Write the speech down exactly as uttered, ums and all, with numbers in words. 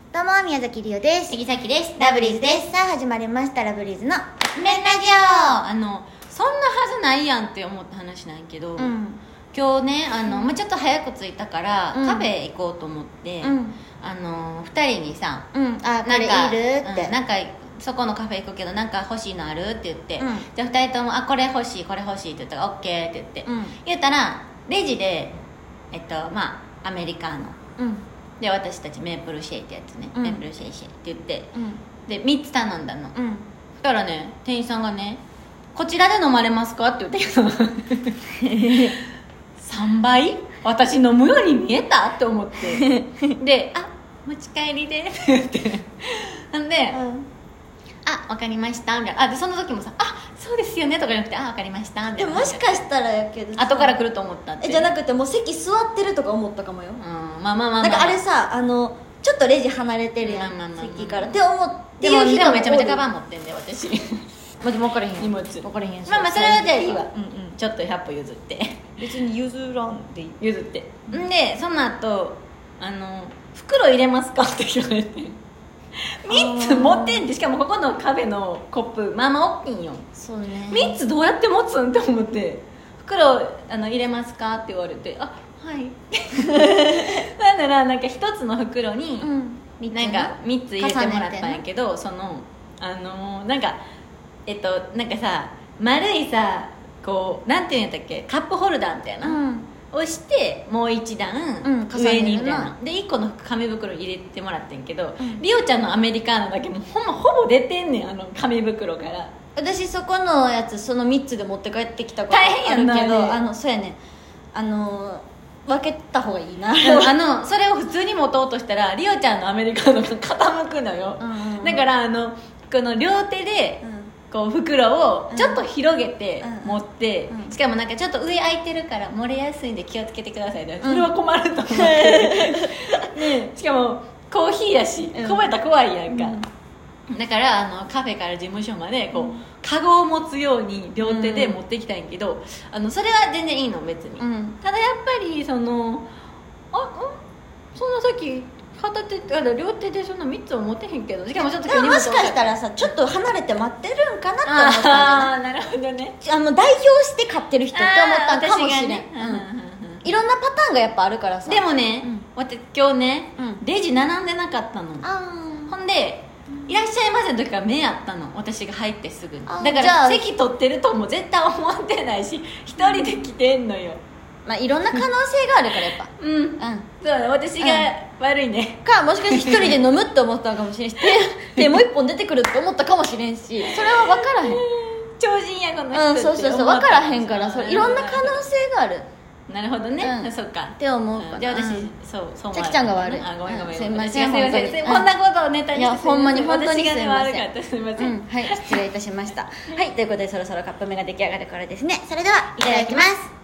どうも宮崎りおです。 杉崎です。 ラブリーズです。さあ始まりましたラブリーズのカップ麺ラジあのそんなはずないやんって思った話なんやけど、 オ。うん。 今日ねあの、まあ、ちょっと早く着いたから、 うん、 カフェ行こうと思って、 うん、 あのふたりにさ、 うん、あこれいるって、 うん、なんかそこのカフェ行くけどなんか欲しいのあるって言って、 うん、 じゃあふたりともあこれ欲しいこれ欲しいって言ったら OK って言って、 うん、 言ったらレジでえっとまあアメリカーノ、 うん、 で私たちメープルシェイってやつね、 うん、 メープルシェイシェイって言って、 うん、 でみっつ頼んだの、 うん、 そしたらね店員さんがねこちらで飲まれますかって言ったけどさんばい私飲むように見えたって思ってであ持ち帰りでって言ってなんで、うん、あ分かりましたみたいな。あでその時もさあそうですよねとかじゃなくてあ分かりましたみたいな。 でももしかしたらやけど後から来ると思ったって。 えじゃなくてもう席座ってるとか思ったかもよ。 うんまあまあまあ、まあ、 なんかあれさあのちょっとレジ離れてるやん、まあまあまあまあ、席からって思ってでもでもめちゃめちゃカバン持ってんで私まあ、でも分からへん荷物分からへんまあまあそれはじゃあいいわ、 うんうん、 ちょっとひゃっぽ譲って別に譲らんでいい譲って、うん、でその後あの袋入れますかって言われてみっつ持ってんでしかもここのカフェのコップまあまあ大きいんよ。 そうねみっつどうやって持つんって思って袋あの入れますかって言われてあはいなんならなんかひとつの袋に、うん、なんかみっつ入れてもらったんやけどそのあのなんかえっとなんかさ丸いさこうなんていうんやったっけカップホルダーみたいな、うん、をしてもう一段、うん、上にみたいなでいっこの紙袋入れてもらってんけど、うん、リオちゃんのアメリカーノだけもほんまほぼ出てんねんあの紙袋から。 私そこのやつそのみっつで持って帰ってきたことあるけど大変やんな、ね、 あのそうやねあの分けた方がいいなあのそれを普通に持とうとしたらリオちゃんのアメリカーノが傾くのよ、うんうんうん、だからあのこの両手で、うんこう袋をちょっと広げて持って、うんうん、しかもなんかちょっと上空いてるから漏れやすいんで気をつけてください、うん、それは困ると思って、ね、しかもコーヒーやしこぼれたら怖いやんか、うん、だからあのカフェから事務所までこう、うん、カゴを持つように両手で持ってきたんやけど、うん、あのそれは全然いいの別に、うん、ただやっぱりそのあんそんなさっき片手両手でそんなみっつも持てへんけどしかもちょっとでももしかしたらさちょっと離れて待ってるんかなって思ったんじゃないああなるほどねあの代表して買ってる人って思ったんかもしれん、ねうん、いろんなパターンがやっぱあるからさでもね、うん、私今日ね、うん、レジ並んでなかったのほんでいらっしゃいませの時から目あったの私が入ってすぐにだから席取ってるとも絶対思ってないし一人で来てんのよまあ、いろんな可能性があるからやっぱうん、うん、そうだね私が悪いね、 うん、かもしかして一人で飲むって思ったのかもしれんし手手もう一本出てくるって思ったかもしれんしそれは分からへん超人やこの人うんそうそうそう分からへんからそれいろんな可能性があるなるほどね、うん、そうかって思うかな、 うん、じゃあ私、うん、そうそうちゃきちゃんが悪いあごめんごめん、うん、 すいません本当にこんなことをネタにしていやほんまに本当にすいません私が、ね、悪かったすいません、 うん、はい失礼いたしましたはいということでそろそろカップ麺が出来上がるからですねそれではいただきます